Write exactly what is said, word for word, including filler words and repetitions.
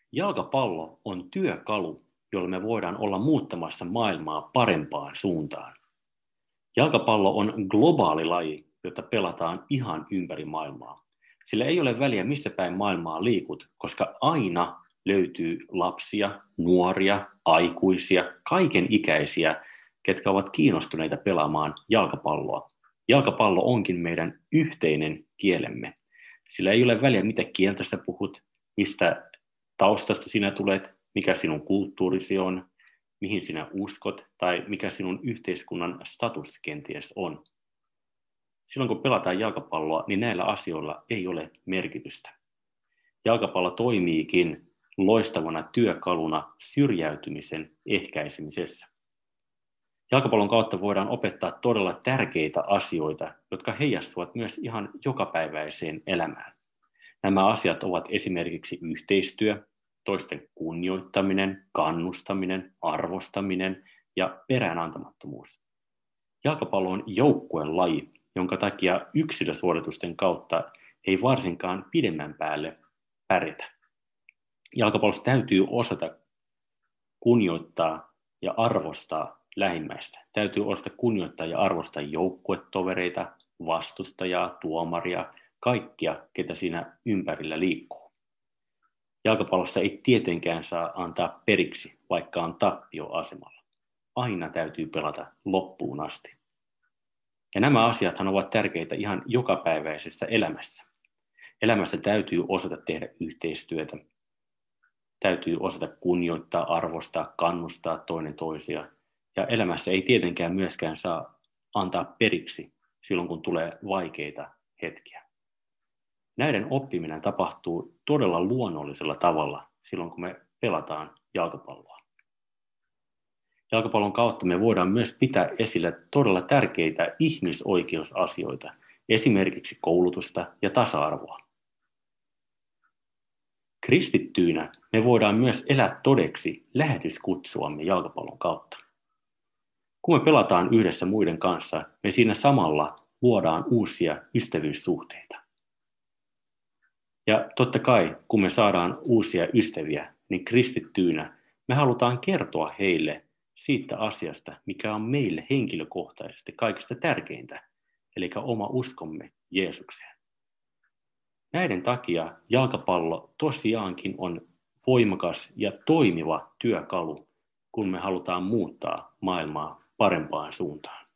Jalkapallo on työkalu, jolla me voidaan olla muuttamassa maailmaa parempaan suuntaan. Jalkapallo on globaali laji, jota pelataan ihan ympäri maailmaa. Sillä ei ole väliä, missä päin maailmaa liikut, koska aina löytyy lapsia, nuoria, aikuisia, kaiken ikäisiä, ketkä ovat kiinnostuneita pelaamaan jalkapalloa. Jalkapallo onkin meidän yhteinen kielemme. Sillä ei ole väliä, mitä kieltä sä puhut, mistä taustasta sinä tulet, mikä sinun kulttuurisi on, mihin sinä uskot tai mikä sinun yhteiskunnan status kenties on. Silloin kun pelataan jalkapalloa, niin näillä asioilla ei ole merkitystä. Jalkapallo toimiikin loistavana työkaluna syrjäytymisen ehkäisemisessä. Jalkapallon kautta voidaan opettaa todella tärkeitä asioita, jotka heijastuvat myös ihan jokapäiväiseen elämään. Nämä asiat ovat esimerkiksi yhteistyö, toisten kunnioittaminen, kannustaminen, arvostaminen ja peräänantamattomuus. Jalkapallo on joukkuelaji, jonka takia yksilösuoritusten kautta ei varsinkaan pidemmän päälle pärjätä. Jalkapallossa täytyy osata kunnioittaa ja arvostaa lähimmäistä. Täytyy osata kunnioittaa ja arvostaa joukkuetovereita, vastustajaa, tuomaria, kaikkia, ketä siinä ympärillä liikkuu. Jalkapallossa ei tietenkään saa antaa periksi, vaikka on tappioasemalla. Aina täytyy pelata loppuun asti. Ja nämä asiathan ovat tärkeitä ihan jokapäiväisessä elämässä. Elämässä täytyy osata tehdä yhteistyötä. Täytyy osata kunnioittaa, arvostaa, kannustaa toinen toisia. Ja elämässä ei tietenkään myöskään saa antaa periksi silloin, kun tulee vaikeita hetkiä. Näiden oppiminen tapahtuu todella luonnollisella tavalla silloin, kun me pelataan jalkapalloa. Jalkapallon kautta me voidaan myös pitää esillä todella tärkeitä ihmisoikeusasioita, esimerkiksi koulutusta ja tasa-arvoa. Kristittyinä me voidaan myös elää todeksi lähetyskutsuamme jalkapallon kautta. Kun me pelataan yhdessä muiden kanssa, me siinä samalla luodaan uusia ystävyyssuhteita. Ja totta kai, kun me saadaan uusia ystäviä, niin kristittyinä me halutaan kertoa heille siitä asiasta, mikä on meille henkilökohtaisesti kaikista tärkeintä, eli oma uskomme Jeesukseen. Näiden takia jalkapallo tosiaankin on voimakas ja toimiva työkalu, kun me halutaan muuttaa maailmaa parempaan suuntaan.